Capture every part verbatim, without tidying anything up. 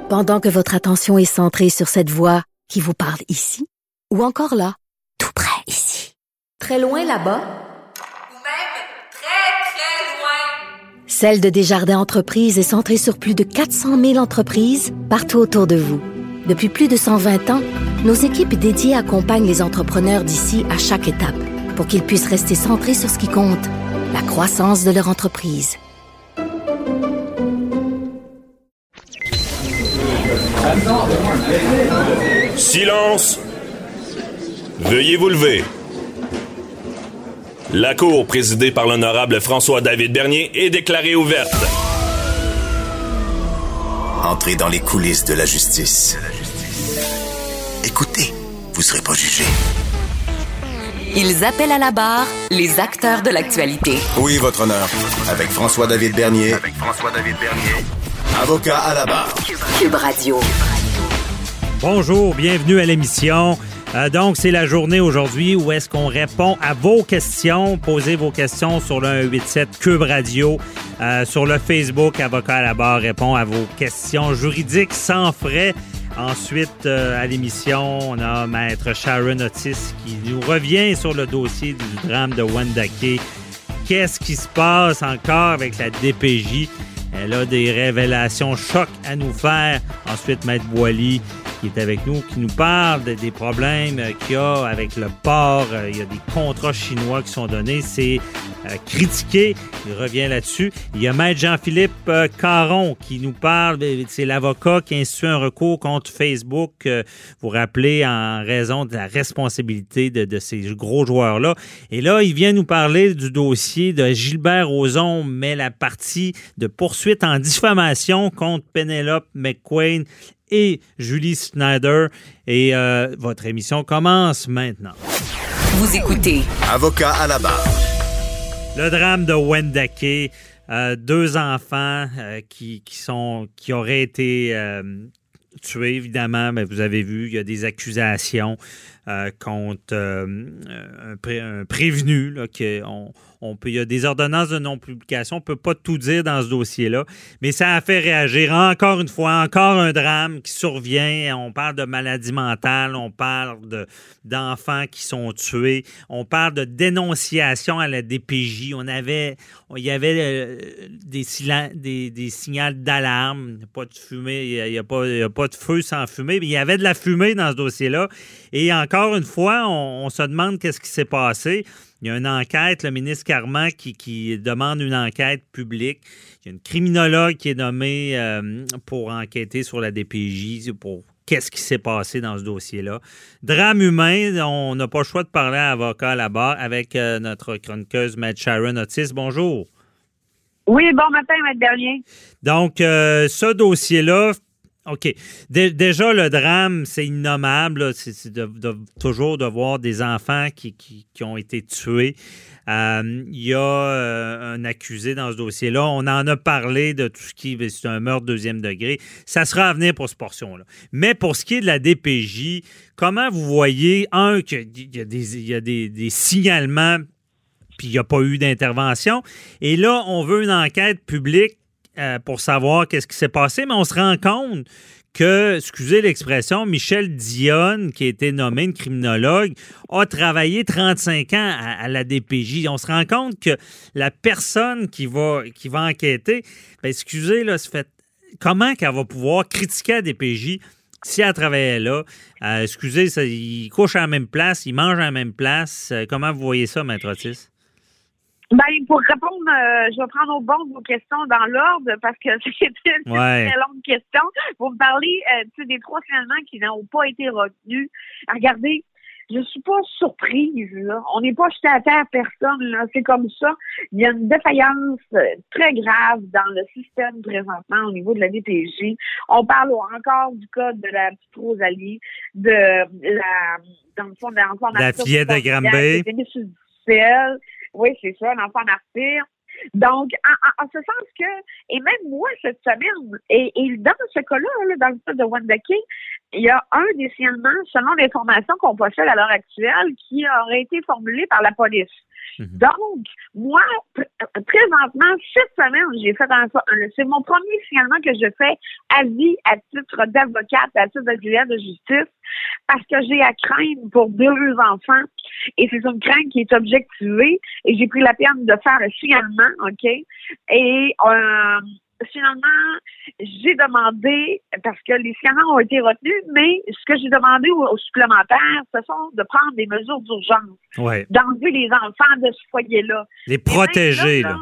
Pendant que votre attention est centrée sur cette voix qui vous parle ici, ou encore là, tout près ici, très loin là-bas, ou même très, très loin, Celle de Desjardins Entreprises est centrée sur plus de quatre cent mille entreprises partout autour de vous. Depuis plus de cent vingt ans, nos équipes dédiées accompagnent les entrepreneurs d'ici à chaque étape pour qu'ils puissent rester centrés sur ce qui compte, la croissance de leur entreprise. Silence! Veuillez vous lever. La cour, présidée par l'honorable François-David Bernier, est déclarée ouverte. Entrez dans les coulisses de la justice. Écoutez, vous serez pas jugé. Ils appellent à la barre les acteurs de l'actualité. Oui, votre honneur. Avec François-David Bernier. Avec François-David Bernier. Avocat à la barre. Cube Radio. Bonjour, bienvenue à l'émission. Euh, donc, c'est la journée aujourd'hui où est-ce qu'on répond à vos questions. Posez vos questions sur le un huit sept Cube Radio. Euh, sur le Facebook, Avocat à la barre répond à vos questions juridiques sans frais. Ensuite, euh, à l'émission, on a Maître Sharon Otis qui nous revient sur le dossier du drame de Wendake. Qu'est-ce qui se passe encore avec la D P J? Elle a des révélations chocs à nous faire. Ensuite, Maître Boily, qui est avec nous, qui nous parle des problèmes qu'il y a avec le port. Il y a des contrats chinois qui sont donnés. C'est euh, critiqué. Il revient là-dessus. Il y a Maître Jean-Philippe euh, Caron qui nous parle. C'est l'avocat qui a institué un recours contre Facebook. Euh, vous rappelez, en raison de la responsabilité de, de ces gros joueurs-là. Et là, il vient nous parler du dossier de Gilbert Rozon, mais la partie de poursuite en diffamation contre Penelope McQuain et Julie Snyder. Et euh, votre émission commence maintenant. Vous écoutez Avocat à la barre. Le drame de Wendake, euh, deux enfants euh, qui, qui, sont, qui auraient été euh, tués, évidemment. Mais vous avez vu, il y a des accusations euh, contre euh, un, pré, un prévenu. Là, qu'on, on peut, il y a des ordonnances de non-publication. On ne peut pas tout dire dans ce dossier-là. Mais ça a fait réagir. Encore une fois, encore un drame qui survient. On parle de maladie mentale. On parle de, d'enfants qui sont tués. On parle de dénonciation à la D P J. On avait, il y avait euh, des, silen- des, des signaux d'alarme. Il n'y a pas de fumée. Il n'y a, a, pas, il y a pas de feu sans fumée. Mais il y avait de la fumée dans ce dossier-là. Et encore une fois, on, on se demande qu'est-ce qui s'est passé. Il y a une enquête, le ministre Carman qui, qui demande une enquête publique. Il y a une criminologue qui est nommée euh, pour enquêter sur la D P J, pour qu'est-ce qui s'est passé dans ce dossier-là. Drame humain, on n'a pas le choix de parler à avocat à la barre avec euh, notre chroniqueuse, Maître Sharon Otis. Bonjour. Oui, bon matin, Maître Bernier. Donc, euh, ce dossier-là, OK. Dé- déjà, le drame, c'est innommable. Là. C'est, c'est de, de, toujours de voir des enfants qui, qui, qui ont été tués. Euh, il y a euh, un accusé dans ce dossier-là. On en a parlé de tout ce qui... C'est un meurtre deuxième degré. Ça sera à venir pour cette portion-là. Mais pour ce qui est de la D P J, comment vous voyez, un, qu'il y a des, il y a des, des signalements, puis il n'y a pas eu d'intervention. Et là, on veut une enquête publique Euh, pour savoir qu'est-ce qui s'est passé, mais on se rend compte que, excusez l'expression, Michel Dionne, qui a été nommé une criminologue, a travaillé trente-cinq ans à, à la D P J. On se rend compte que la personne qui va, qui va enquêter, bien, excusez, là, ça fait, comment qu'elle va pouvoir critiquer la D P J si elle travaillait là? Euh, excusez, ça, ils couchent à la même place, ils mangent à la même place. Euh, comment vous voyez ça, Maître Otis? Ben, pour répondre, euh, je vais prendre au bon vos questions dans l'ordre parce que c'est une ouais. très longue question. Vous me parlez euh, des trois signalements qui n'ont pas été retenus. Regardez, je suis pas surprise, là. On n'est pas jeté à terre personne, là. C'est comme ça. Il y a une défaillance très grave dans le système présentement au niveau de la D P J. On parle encore du cas de la petite Rosalie, de la, dans le fond, de l'enfant la fillette de Granby. Oui, c'est ça, l'enfant martyr. Donc, en, en, en ce sens que, et même moi, cette semaine, et, et dans ce cas-là, là, dans le cas de Wendake, il y a un des signalements, selon l'information qu'on possède à l'heure actuelle, qui aurait été formulé par la police. Mm-hmm. Donc, moi, pr- présentement, cette semaine, j'ai fait un, c'est mon premier signalement que je fais à vie à titre d'avocate, à titre d'auxiliaire de justice, parce que j'ai à craindre pour deux enfants et c'est une crainte qui est objectivée et j'ai pris la peine de faire un signalement, OK? Et euh, finalement, j'ai demandé, parce que les signalements ont été retenus, mais ce que j'ai demandé aux, aux supplémentaires, ce sont de prendre des mesures d'urgence, ouais. d'enlever les enfants de ce foyer-là. Les protéger, là. là.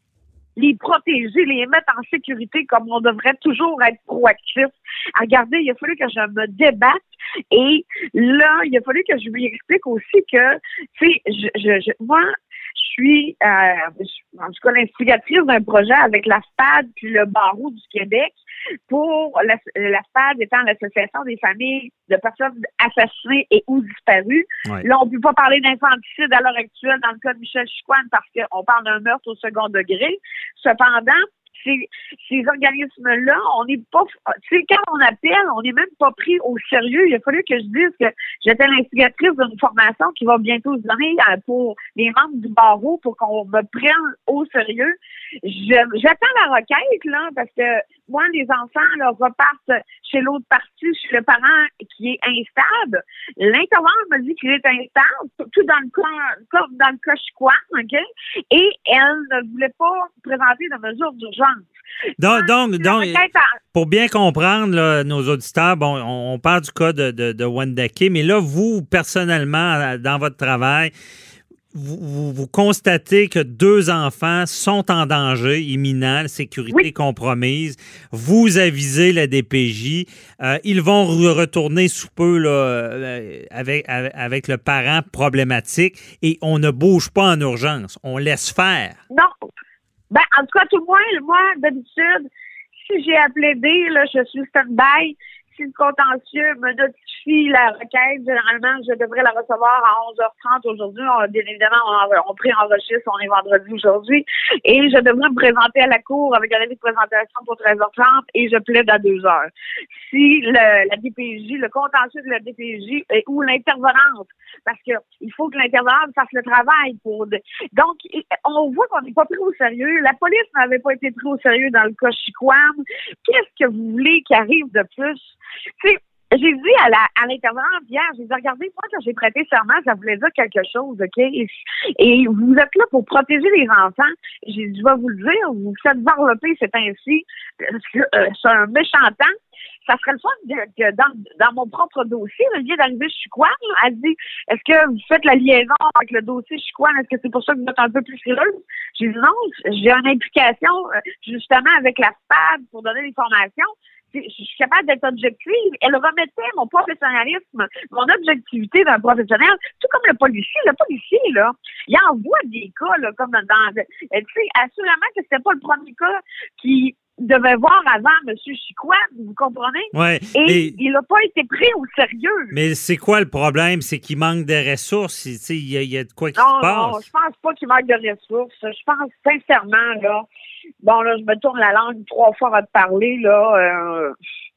Les protéger, les mettre en sécurité comme on devrait toujours être proactif. Regardez, il a fallu que je me débatte et là, il a fallu que je lui explique aussi que, tu sais, je, je, je, moi, je suis, euh, en tout cas, l'instigatrice d'un projet avec la F P A D puis le Barreau du Québec pour la, la F P A D étant l'Association des familles de personnes assassinées et ou disparues. Ouais. Là, on ne peut pas parler d'infanticide à l'heure actuelle dans le cas de Michel Chicoine parce qu'on parle d'un meurtre au second degré. Cependant, Ces, ces organismes-là, on n'est pas, tu sais, quand on appelle, on n'est même pas pris au sérieux. Il a fallu que je dise que j'étais l'instigatrice d'une formation qui va bientôt se donner pour les membres du barreau pour qu'on me prenne au sérieux. Je, j'attends la requête, là, parce que moi, les enfants, là, repartent chez l'autre partie, chez le parent qui est instable. L'intervenant m'a dit qu'il est instable, tout dans le cas, comme dans le cas Chicoine, OK? Et elle ne voulait pas présenter de mesures d'urgence. Donc, donc, donc pour bien comprendre là, nos auditeurs, bon, on, on parle du cas de, de, de Wendake, mais là, vous, personnellement, dans votre travail, vous, vous, vous constatez que deux enfants sont en danger imminent, sécurité oui. compromise. Vous avisez la D P J. Euh, ils vont retourner sous peu là, euh, avec, avec le parent problématique et on ne bouge pas en urgence. On laisse faire. Non. Ben, en tout cas, tout le moins, moi, d'habitude, si j'ai à plaider, là, je suis stand-by. Si le contentieux me notifie la requête, généralement, je devrais la recevoir à onze heures trente aujourd'hui. On, bien évidemment, on, on pré-enregistre, on est vendredi aujourd'hui. Et je devrais me présenter à la cour avec un avis de présentation pour treize heures trente et je plaide à deux heures. Si le, la D P J, le contentieux de la D P J est, ou l'intervenante, parce que il faut que l'intervenante fasse le travail pour... De, donc, on voit qu'on n'est pas pris au sérieux. La police n'avait pas été pris au sérieux dans le cas Chicoine. Qu'est-ce que vous voulez qu'il arrive de plus? Tu sais, j'ai dit à la à l'intervenante hier, j'ai dit, regardez, moi, quand j'ai prêté serment, ça voulait dire quelque chose, OK? Et, et vous êtes là pour protéger les enfants. J'ai dit, je vais vous le dire, vous faites varloper, c'est ainsi. Euh, c'est un méchant temps. Ça serait le fun que dans, dans mon propre dossier, le lien d'arrivée Chicoine, elle dit, est-ce que vous faites la liaison avec le dossier Chicoine? Est-ce que c'est pour ça que vous êtes un peu plus frileuse? J'ai dit non, j'ai une implication justement avec la F P A D pour donner des formations. Je suis capable d'être objective. Elle remettait mon professionnalisme, mon objectivité d'un professionnel, tout comme le policier. Le policier, là, il envoie des cas, là, comme dans... dans tu sais, assurément que c'était pas le premier cas qui devait voir avant M. Chicoine, vous comprenez? Ouais, et mais, il n'a pas été pris au sérieux. Mais c'est quoi le problème? C'est qu'il manque de ressources. Il y, a, il y a de quoi qui non, se passe? Non, je pense pas qu'il manque de ressources. Je pense sincèrement, là, bon, là, je me tourne la langue trois fois à te parler, là. Euh,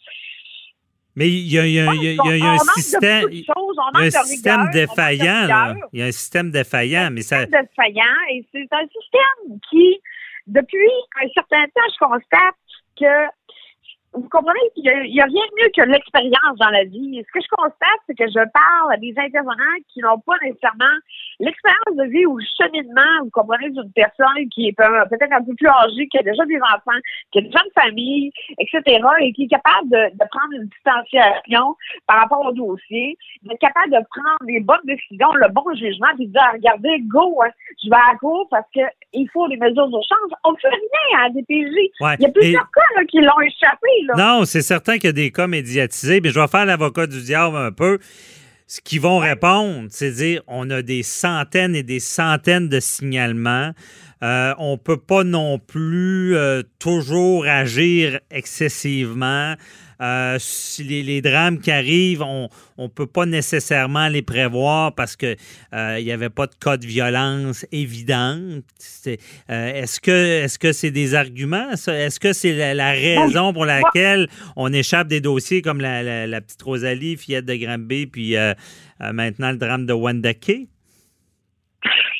mais il y a, il y a, il y a, il y a, il y a un système, il y a un système défaillant, là. Il y a un système défaillant, mais ça... Un système défaillant, et c'est un système qui, depuis un certain temps, je constate que, vous comprenez, il n'y a, a rien de mieux que l'expérience dans la vie. Ce que je constate, c'est que je parle à des intervenants qui n'ont pas nécessairement l'expérience de vie ou le cheminement, vous comprenez, d'une personne qui est peut-être un peu plus âgée, qui a déjà des enfants, qui a déjà une famille, et cetera, et qui est capable de, de prendre une distanciation par rapport au dossier, d'être capable de prendre les bonnes décisions, le bon jugement, puis de dire, regardez, go, hein, je vais à la cour parce que il faut les mesures d'urgence. On ne fait rien à la D P J. Ouais, il y a plusieurs et... cas là, qui l'ont échappé. Là. Non, c'est certain qu'il y a des cas médiatisés, mais je vais faire l'avocat du diable un peu. Ce qu'ils vont répondre, c'est dire on a des centaines et des centaines de signalements. Euh, on ne peut pas non plus euh, toujours agir excessivement. Euh, les, les drames qui arrivent, on ne peut pas nécessairement les prévoir parce qu'il euh, n'y avait pas de cas de violence évidente. C'est, euh, est-ce que est-ce que c'est des arguments, ça? Est-ce que c'est la, la raison pour laquelle on échappe des dossiers comme la, la, la petite Rosalie, fillette de Granby, puis euh, euh, maintenant le drame de Wendake?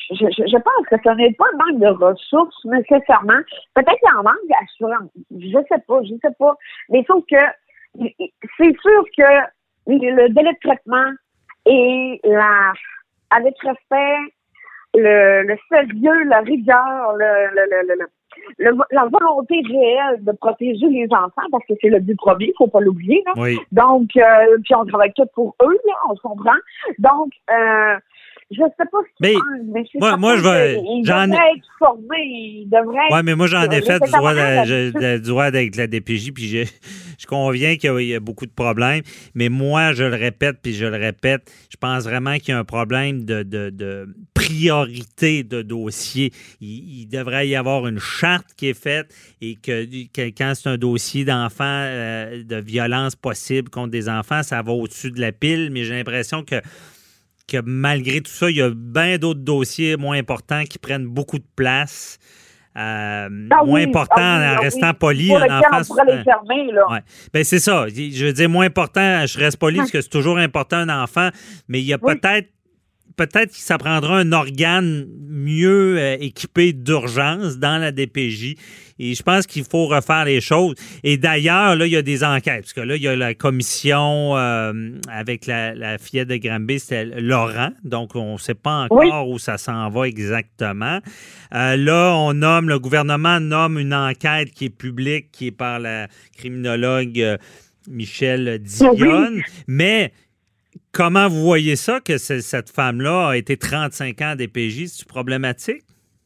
je, je, je pense que ce n'est pas un manque de ressources nécessairement. Peut-être qu'il en manque d'assurance. Je sais pas, je sais pas. Mais sauf que c'est sûr que le délai de traitement et la, avec respect, le, le sérieux, la rigueur, le, le, le, le, le, la volonté réelle de protéger les enfants, parce que c'est le but premier, il faut pas l'oublier. Là. Oui. Donc, euh, puis on travaille tout pour eux, là, on se comprend. Donc, euh, je sais pas ce qu'ils pensent, mais c'est moi, moi, je vais, ils j'en devraient être formés, ils devraient Oui, mais moi, j'en ai fait du droit, de, de, de, du droit avec la D P J, puis je, je conviens qu'il y, a, il y a beaucoup de problèmes, mais moi, je le répète, puis je le répète, je pense vraiment qu'il y a un problème de, de, de priorité de dossier. Il, il devrait y avoir une charte qui est faite et que, que quand c'est un dossier d'enfants, euh, de violence possible contre des enfants, ça va au-dessus de la pile, mais j'ai l'impression que que malgré tout ça, il y a bien d'autres dossiers moins importants qui prennent beaucoup de place. Euh, ah moins oui, important ah oui, en ah restant oui. poli. Pour un enfant, on pourrait les fermer, là. Ouais. Ben, c'est ça. Je veux dire, moins important, je reste poli parce que c'est toujours important un enfant, mais il y a oui. peut-être peut-être que ça prendra un organe mieux euh, équipé d'urgence dans la D P J. Et je pense qu'il faut refaire les choses. Et d'ailleurs, là, il y a des enquêtes. Parce que là, il y a la commission euh, avec la, la fillette de Granby, c'était Laurent. Donc, on ne sait pas encore oui. où ça s'en va exactement. Euh, là, on nomme, le gouvernement nomme une enquête qui est publique, qui est par la criminologue euh, Michel Dionne. Oui. Mais comment vous voyez ça, que cette femme-là a été trente-cinq ans à D P J? C'est-tu problématique?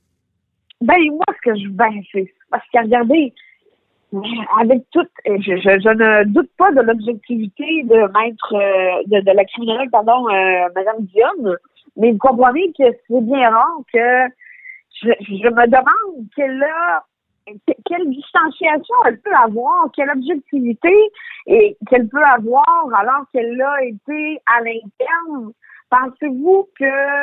Ben, moi, ce que je... Ben, c'est... Parce que, regardez, avec tout... Je, je, je ne doute pas de l'objectivité de maître... Euh, de, de la criminologue, pardon, euh, Mme Dionne, mais vous comprenez que c'est bien rare que... Je, je me demande quelle, a, quelle distanciation elle peut avoir, quelle objectivité et qu'elle peut avoir alors qu'elle a été à l'interne. Pensez-vous que...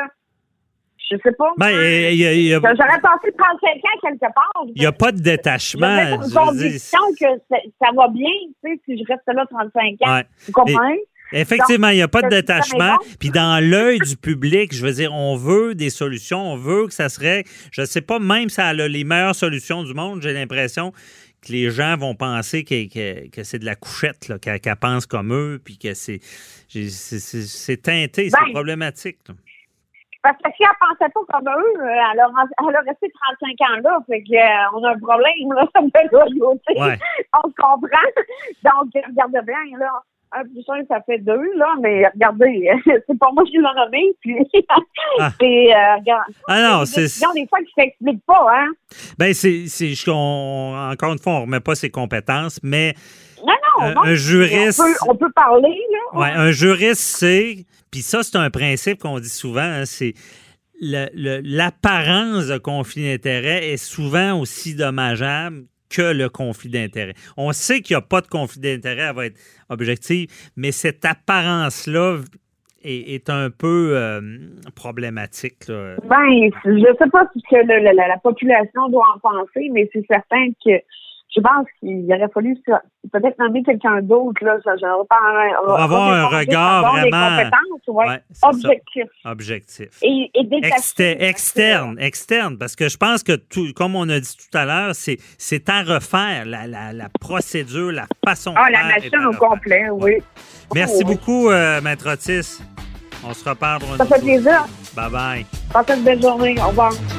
Je sais pas. Ben, y a, y a, J'aurais passé trente-cinq ans quelque part. Il n'y a pas de détachement. J'avais une conviction que ça va bien, tu sais, si je reste là trente-cinq ans. Ouais. Vous comprenez? Et, effectivement, il n'y a pas de détachement. Puis dans l'œil du public, je veux dire, on veut des solutions. On veut que ça serait, je ne sais pas, même si ça a les meilleures solutions du monde, j'ai l'impression que les gens vont penser que, que, que c'est de la couchette, là, qu'elle, qu'elle pense comme eux, puis que c'est, c'est, c'est, c'est teinté, ben, c'est problématique. Là. Parce que si elle ne pensait pas comme eux, elle a, elle a resté trente-cinq ans là. Fait qu'on euh, a un problème, là, ça me fait loyauté. Ouais. On se comprend. Donc, regardez bien, là. Un plus un, ça fait deux, là, mais regardez, c'est pas moi qui l'ai nommé, puis ah. c'est, euh, regarde, ah non, c'est des décisions, des fois, qui ne s'expliquent pas, hein. Ben, c'est, c'est, on, encore une fois, on ne remet pas ses compétences, mais non, non, un, non. un juriste... On peut, on peut parler, là. Ouais, un juriste, c'est... Puis ça, c'est un principe qu'on dit souvent, hein, c'est le, le, l'apparence de conflit d'intérêt est souvent aussi dommageable que le conflit d'intérêt. On sait qu'il n'y a pas de conflit d'intérêt, elle va être objective, mais cette apparence-là est, est un peu euh, problématique. Là. Ben, je ne sais pas ce que le, la, la population doit en penser, mais c'est certain que je pense qu'il aurait fallu peut-être nommer quelqu'un d'autre. Là, ça, genre, Pour par, avoir un regard vraiment... Des compétences, ouais, ouais, objectif. Ça. Objectif. Et, et détaché. Exter- externe, externe, parce que je pense que, tout, comme on a dit tout à l'heure, c'est, c'est à refaire, la, la, la procédure, la façon de ah, faire. Ah, la machine au complet, oui. Ouais. Merci oh, beaucoup, euh, Maître Otis. On se reparle. Ça fait plaisir. Bye-bye. Passez une belle journée. Au revoir.